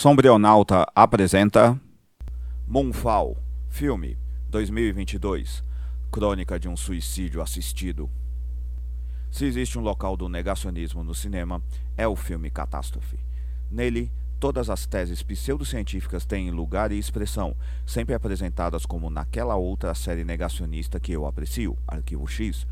Sombrionauta apresenta Moonfall, filme 2022, crônica de um suicídio assistido. Se existe um local do negacionismo no cinema, é o filme Catástrofe. Nele, todas as teses pseudocientíficas têm lugar e expressão, sempre apresentadas como naquela outra série negacionista que eu aprecio, Arquivo X,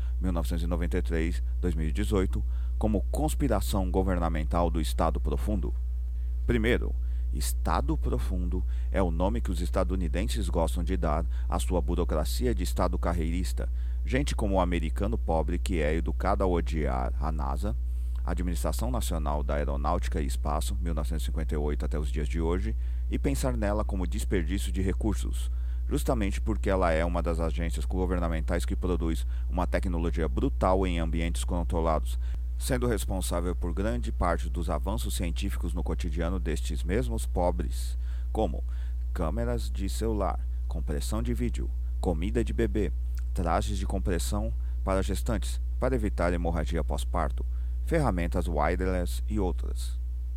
1993-2018, como conspiração governamental do Estado Profundo. Primeiro, Estado Profundo é o nome que os estadunidenses gostam de dar à sua burocracia de Estado carreirista, gente como o americano pobre que é educado a odiar a NASA, Administração Nacional da Aeronáutica e Espaço, 1958 até os dias de hoje, e pensar nela como desperdício de recursos, justamente porque ela é uma das agências governamentais que produz uma tecnologia brutal em ambientes controlados, sendo responsável por grande parte dos avanços científicos no cotidiano destes mesmos pobres, como câmeras de celular, compressão de vídeo, comida de bebê, trajes de compressão para gestantes, para evitar hemorragia pós-parto, ferramentas wireless e outras.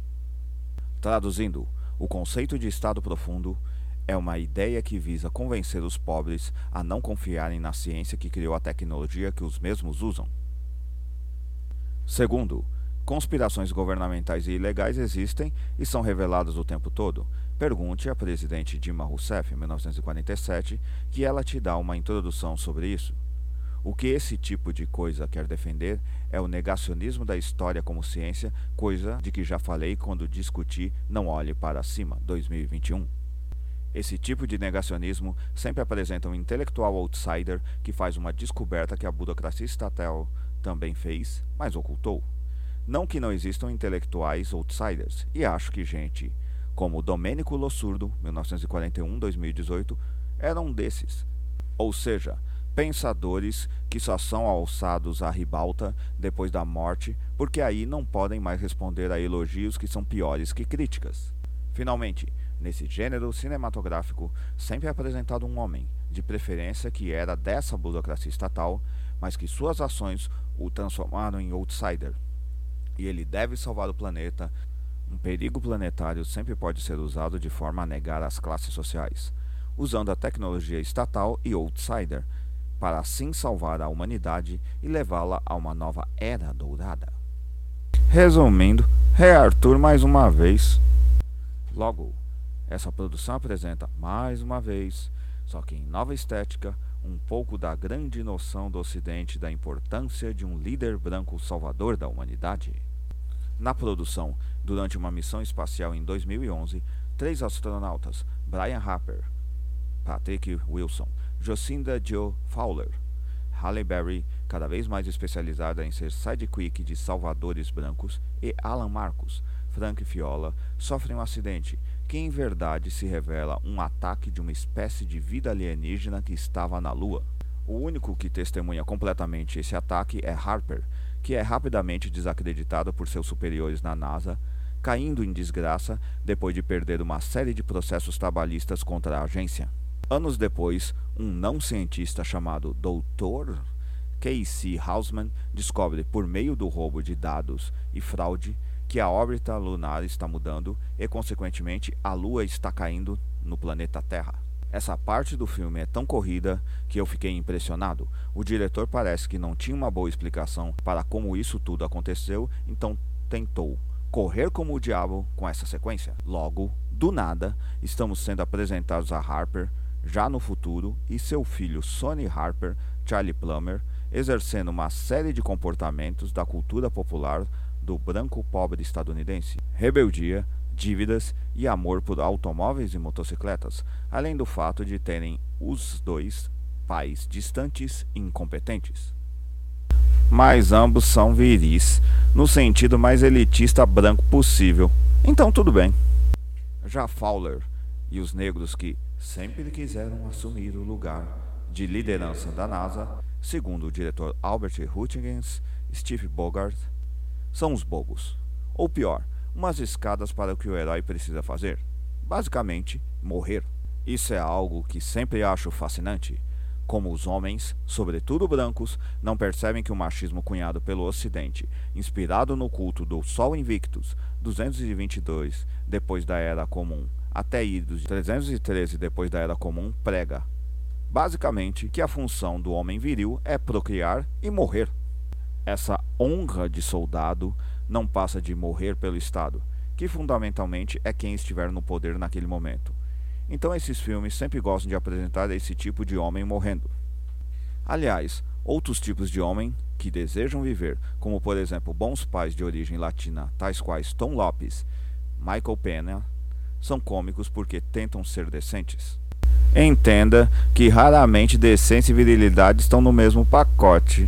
Traduzindo, o conceito de Estado Profundo é uma ideia que visa convencer os pobres a não confiarem na ciência que criou a tecnologia que os mesmos usam. Segundo, conspirações governamentais e ilegais existem e são reveladas o tempo todo. Pergunte à presidente Dilma Rousseff, em 1947, que ela te dá uma introdução sobre isso. O que esse tipo de coisa quer defender é o negacionismo da história como ciência, coisa de que já falei quando discuti Não Olhe Para Cima, 2021. Esse tipo de negacionismo sempre apresenta um intelectual outsider que faz uma descoberta que a burocracia estatal também fez, mas ocultou. Não que não existam intelectuais outsiders, e acho que gente como Domênico Lossurdo, 1941-2018, era um desses. Ou seja, pensadores que só são alçados à ribalta depois da morte, porque aí não podem mais responder a elogios que são piores que críticas. Finalmente, nesse gênero cinematográfico, sempre é apresentado um homem, de preferência que era dessa burocracia estatal, mas que suas ações o transformaram em outsider. E ele deve salvar o planeta. Um perigo planetário sempre pode ser usado de forma a negar as classes sociais, usando a tecnologia estatal e outsider, para assim salvar a humanidade e levá-la a uma nova era dourada. Resumindo, Rei Arthur mais uma vez. Logo, essa produção apresenta mais uma vez, só que em nova estética, um pouco da grande noção do Ocidente da importância de um líder branco salvador da humanidade. Na produção, durante uma missão espacial em 2011, 3 astronautas, Brian Harper, Patrick Wilson, Jacinda Jo Fowler, Halle Berry, cada vez mais especializada em ser sidekick de salvadores brancos, e Alan Marcus, Frank Fiola, sofrem um acidente que em verdade se revela um ataque de uma espécie de vida alienígena que estava na Lua. O único que testemunha completamente esse ataque é Harper, que é rapidamente desacreditado por seus superiores na NASA, caindo em desgraça depois de perder uma série de processos trabalhistas contra a agência. Anos depois, um não-cientista chamado Dr. K.C. Hausman descobre, por meio do roubo de dados e fraude, que a órbita lunar está mudando e, consequentemente, a Lua está caindo no planeta Terra. Essa parte do filme é tão corrida que eu fiquei impressionado. O diretor parece que não tinha uma boa explicação para como isso tudo aconteceu, então tentou correr como o diabo com essa sequência. Logo, do nada, estamos sendo apresentados a Harper, já no futuro, e seu filho Sonny Harper, Charlie Plummer, exercendo uma série de comportamentos da cultura popular do branco pobre estadunidense: rebeldia, dívidas e amor por automóveis e motocicletas, além do fato de terem os dois pais distantes e incompetentes. Mas ambos são viris, no sentido mais elitista branco possível, então tudo bem. Já Fowler e os negros que sempre quiseram assumir o lugar de liderança da NASA, segundo o diretor Albert Hutchins, Steve Bogart, são os bobos, ou pior, umas escadas para o que o herói precisa fazer, basicamente, morrer. Isso é algo que sempre acho fascinante. Como os homens, sobretudo brancos, não percebem que o machismo cunhado pelo Ocidente, inspirado no culto do Sol Invictus, 222 depois da Era Comum, até idos 313 depois da Era Comum, prega, basicamente, que a função do homem viril é procriar e morrer. Essa honra de soldado não passa de morrer pelo Estado, que fundamentalmente é quem estiver no poder naquele momento. Então esses filmes sempre gostam de apresentar esse tipo de homem morrendo. Aliás, outros tipos de homem que desejam viver, como por exemplo bons pais de origem latina, tais quais Tom Lopes, Michael Pena, são cômicos porque tentam ser decentes. Entenda que raramente decência e virilidade estão no mesmo pacote.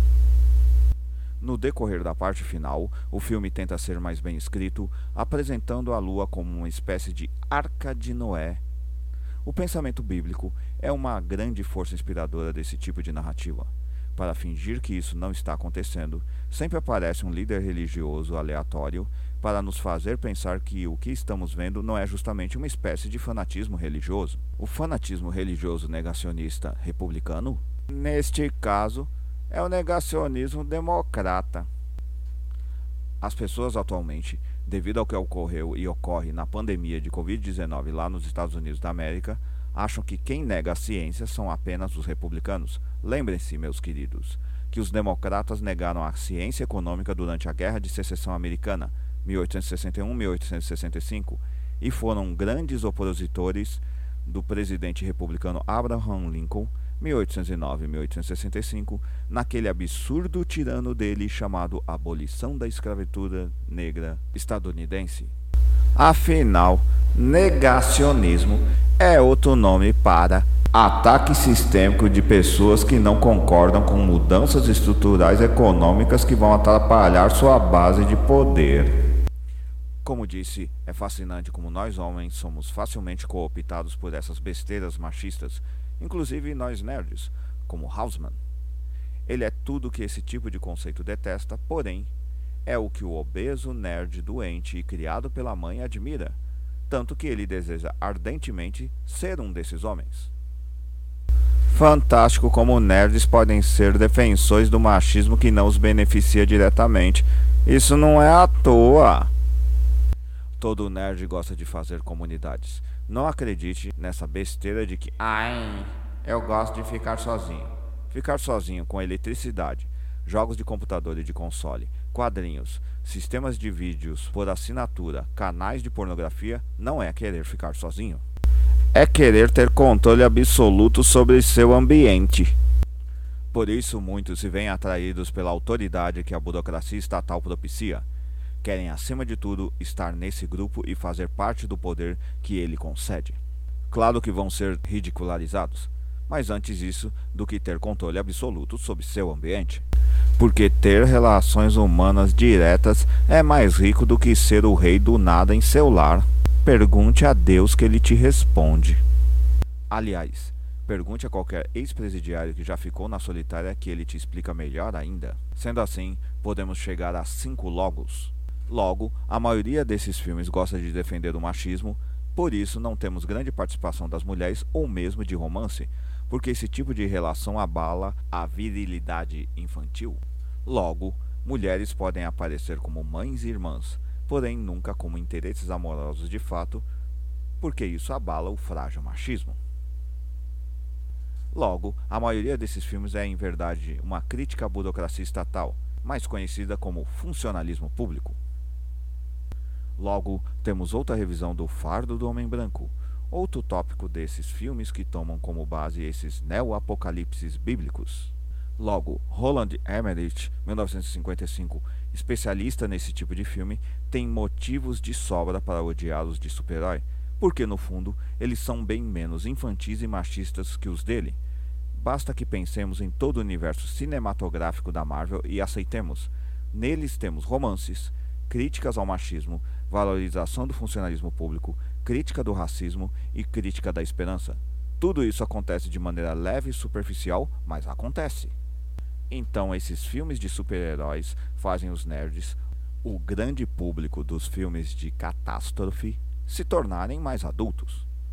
No decorrer da parte final, o filme tenta ser mais bem escrito, apresentando a lua como uma espécie de arca de Noé. O pensamento bíblico é uma grande força inspiradora desse tipo de narrativa. Para fingir que isso não está acontecendo, sempre aparece um líder religioso aleatório para nos fazer pensar que o que estamos vendo não é justamente uma espécie de fanatismo religioso. O fanatismo religioso negacionista republicano, neste caso, é o negacionismo democrata. As pessoas atualmente, devido ao que ocorreu e ocorre na pandemia de Covid-19 lá nos Estados Unidos da América, acham que quem nega a ciência são apenas os republicanos. Lembrem-se, meus queridos, que os democratas negaram a ciência econômica durante a Guerra de Secessão Americana, 1861-1865, e foram grandes opositores do presidente republicano Abraham Lincoln, 1809-1865, naquele absurdo tirano dele chamado Abolição da Escravatura Negra Estadunidense. Afinal, negacionismo é outro nome para ataque sistêmico de pessoas que não concordam com mudanças estruturais econômicas que vão atrapalhar sua base de poder. Como disse, é fascinante como nós homens somos facilmente cooptados por essas besteiras machistas, inclusive nós nerds, como Hausmann. Ele é tudo que esse tipo de conceito detesta, porém, é o que o obeso nerd doente e criado pela mãe admira, tanto que ele deseja ardentemente ser um desses homens. Fantástico como nerds podem ser defensores do machismo que não os beneficia diretamente. Isso não é à toa. Todo nerd gosta de fazer comunidades. Não acredite nessa besteira de que eu gosto de ficar sozinho. Ficar sozinho com eletricidade, jogos de computador e de console, quadrinhos, sistemas de vídeos por assinatura, canais de pornografia não é querer ficar sozinho. É querer ter controle absoluto sobre seu ambiente. Por isso muitos se veem atraídos pela autoridade que a burocracia estatal propicia. Querem, acima de tudo, estar nesse grupo e fazer parte do poder que ele concede. Claro que vão ser ridicularizados, mas antes isso do que ter controle absoluto sobre seu ambiente. Porque ter relações humanas diretas é mais rico do que ser o rei do nada em seu lar. Pergunte a Deus que ele te responde. Aliás, pergunte a qualquer ex-presidiário que já ficou na solitária que ele te explica melhor ainda. Sendo assim, podemos chegar a 5 logos. Logo, a maioria desses filmes gosta de defender o machismo, por isso não temos grande participação das mulheres ou mesmo de romance, porque esse tipo de relação abala a virilidade infantil. Logo, mulheres podem aparecer como mães e irmãs, porém nunca como interesses amorosos de fato, porque isso abala o frágil machismo. Logo, a maioria desses filmes é em verdade uma crítica à burocracia estatal, mais conhecida como funcionalismo público. Logo, temos outra revisão do Fardo do Homem Branco, outro tópico desses filmes que tomam como base esses neo-apocalipses bíblicos. Logo, Roland Emmerich, 1955, especialista nesse tipo de filme, tem motivos de sobra para odiá-los de super-herói, porque no fundo eles são bem menos infantis e machistas que os dele. Basta que pensemos em todo o universo cinematográfico da Marvel e aceitemos. Neles temos romances, críticas ao machismo, valorização do funcionalismo público, crítica do racismo e crítica da esperança. Tudo isso acontece de maneira leve e superficial, mas acontece. Então esses filmes de super-heróis fazem os nerds, o grande público dos filmes de catástrofe, se tornarem mais adultos.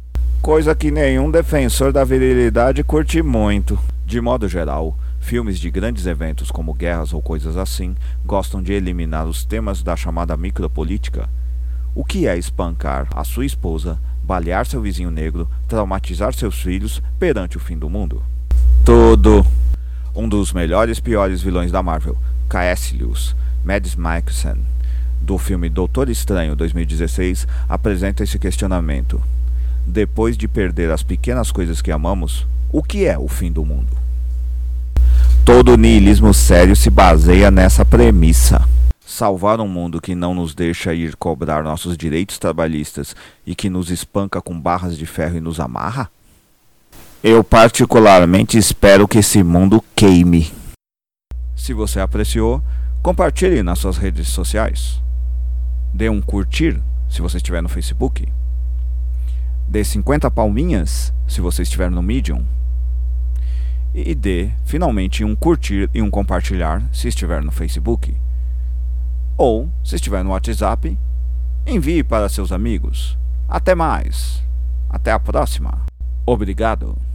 Coisa que nenhum defensor da virilidade curte muito. De modo geral, filmes de grandes eventos como guerras ou coisas assim gostam de eliminar os temas da chamada micropolítica. O que é espancar a sua esposa, balear seu vizinho negro, traumatizar seus filhos perante o fim do mundo? Tudo! Um dos melhores e piores vilões da Marvel, Caecilius, Mads Mikkelsen, do filme Doutor Estranho 2016, apresenta esse questionamento. Depois de perder as pequenas coisas que amamos, o que é o fim do mundo? Todo niilismo sério se baseia nessa premissa. Salvar um mundo que não nos deixa ir cobrar nossos direitos trabalhistas e que nos espanca com barras de ferro e nos amarra? Eu particularmente espero que esse mundo queime. Se você apreciou, compartilhe nas suas redes sociais. Dê um curtir se você estiver no Facebook. Dê 50 palminhas se você estiver no Medium. E dê, finalmente, um curtir e um compartilhar se estiver no Facebook. Ou, se estiver no WhatsApp, envie para seus amigos. Até mais. Até a próxima. Obrigado.